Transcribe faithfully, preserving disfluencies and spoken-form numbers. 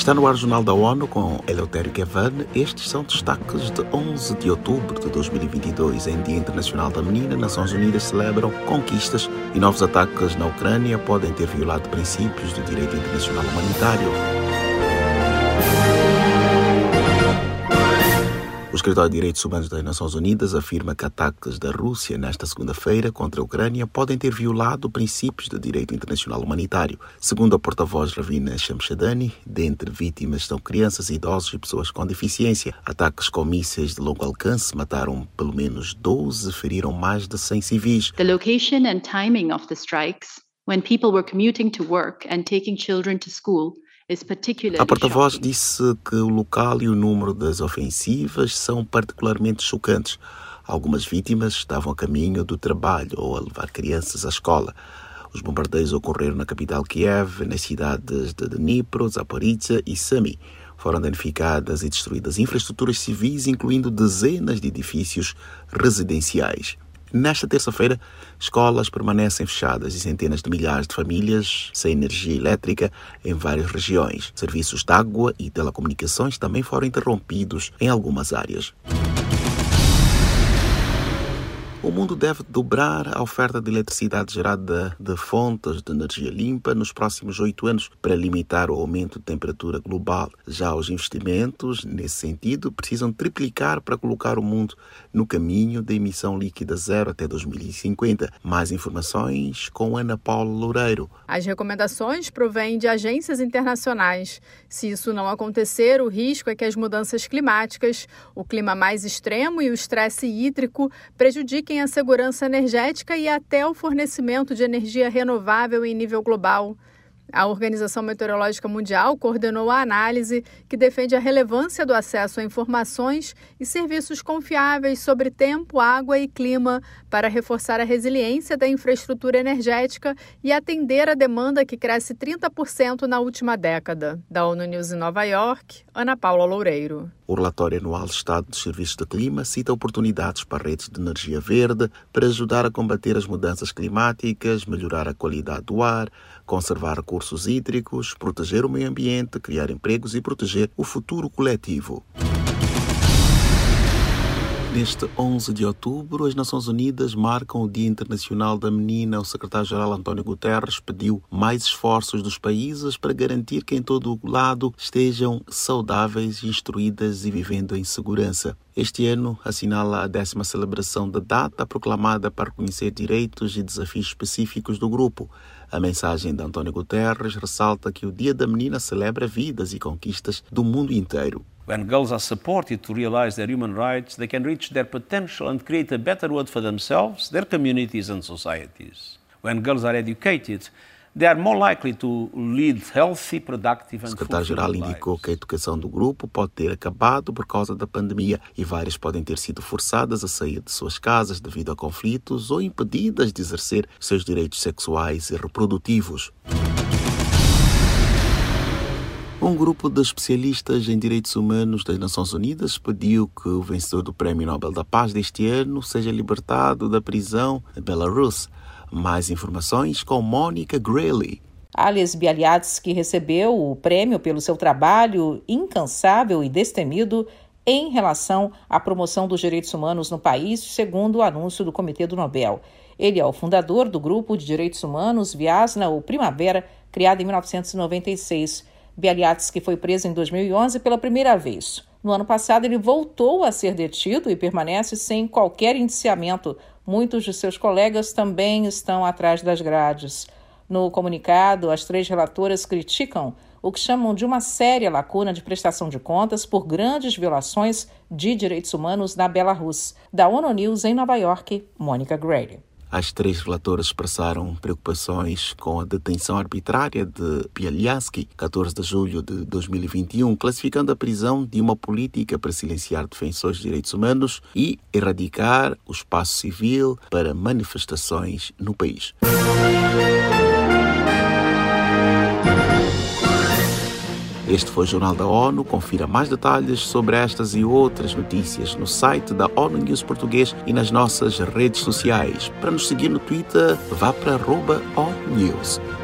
Está no ar o Jornal da ONU com Eleutério Gavan. Estes são destaques de onze de outubro de dois mil e vinte e dois. Em Dia Internacional da Menina, Nações Unidas celebram conquistas e novos ataques na Ucrânia podem ter violado princípios do direito internacional humanitário. O Escritório de Direitos Humanos das Nações Unidas afirma que ataques da Rússia nesta segunda-feira contra a Ucrânia podem ter violado princípios do direito internacional humanitário. Segundo a porta-voz Ravina Shamshadani, dentre vítimas estão crianças, idosos e pessoas com deficiência. Ataques com mísseis de longo alcance mataram pelo menos doze, feriram mais de cem civis. The location and timing of the strikes, when people were commuting to work and taking children to school, a porta-voz disse que o local e o número das ofensivas são particularmente chocantes. Algumas vítimas estavam a caminho do trabalho ou a levar crianças à escola. Os bombardeios ocorreram na capital Kiev, nas cidades de Dnipro, Zaporizhzhia e Sumy. Foram danificadas e destruídas infraestruturas civis, incluindo dezenas de edifícios residenciais. Nesta terça-feira, escolas permanecem fechadas e centenas de milhares de famílias sem energia elétrica em várias regiões. Serviços de água e telecomunicações também foram interrompidos em algumas áreas. O mundo deve dobrar a oferta de eletricidade gerada de fontes de energia limpa nos próximos oito anos para limitar o aumento de temperatura global. Já os investimentos, nesse sentido, precisam triplicar para colocar o mundo no caminho da emissão líquida zero até dois mil e cinquenta. Mais informações com Ana Paula Loureiro. As recomendações provêm de agências internacionais. Se isso não acontecer, o risco é que as mudanças climáticas, o clima mais extremo e o estresse hídrico prejudiquem a segurança energética e até o fornecimento de energia renovável em nível global. A Organização Meteorológica Mundial coordenou a análise que defende a relevância do acesso a informações e serviços confiáveis sobre tempo, água e clima para reforçar a resiliência da infraestrutura energética e atender a demanda que cresce trinta por cento na última década. Da ONU News em Nova York, Ana Paula Loureiro. O relatório anual Estado dos Serviços de Clima cita oportunidades para redes de energia verde para ajudar a combater as mudanças climáticas, melhorar a qualidade do ar, conservar recursos hídricos, proteger o meio ambiente, criar empregos e proteger o futuro coletivo. Neste onze de outubro, as Nações Unidas marcam o Dia Internacional da Menina. O secretário-geral António Guterres pediu mais esforços dos países para garantir que em todo o lado estejam saudáveis, instruídas e vivendo em segurança. Este ano assinala a décima celebração da data proclamada para reconhecer direitos e desafios específicos do grupo. A mensagem de António Guterres ressalta que o Dia da Menina celebra vidas e conquistas do mundo inteiro. When girls are supported to realize their human rights, they can reach their potential and create a better world for themselves, their communities and societies. When girls are educated, they are more likely to lead healthy, productive and fulfilling lives. O secretário-geral indicou que a educação do grupo pode ter acabado por causa da pandemia e várias podem ter sido forçadas a sair de suas casas devido a conflitos ou impedidas de exercer seus direitos sexuais e reprodutivos. Um grupo de especialistas em direitos humanos das Nações Unidas pediu que o vencedor do Prémio Nobel da Paz deste ano seja libertado da prisão em Belarus. Mais informações com Monica Grayley. Ales Bialiatsky recebeu o prêmio pelo seu trabalho incansável e destemido em relação à promoção dos direitos humanos no país, segundo o anúncio do Comitê do Nobel. Ele é o fundador do Grupo de Direitos Humanos Viasna, ou Primavera, criado em mil novecentos e noventa e seis. Bialiatsky foi preso em dois mil e onze pela primeira vez. No ano passado, ele voltou a ser detido e permanece sem qualquer indiciamento. Muitos de seus colegas também estão atrás das grades. No comunicado, as três relatoras criticam o que chamam de uma séria lacuna de prestação de contas por grandes violações de direitos humanos na Belarus. Da ONU News em Nova York, Monica Grayley. As três relatoras expressaram preocupações com a detenção arbitrária de Bialiatsky, catorze de julho de dois mil e vinte e um, classificando a prisão de uma política para silenciar defensores de direitos humanos e erradicar o espaço civil para manifestações no país. Este foi o Jornal da ONU. Confira mais detalhes sobre estas e outras notícias no site da ONU News Português e nas nossas redes sociais. Para nos seguir no Twitter, vá para arroba ONU News.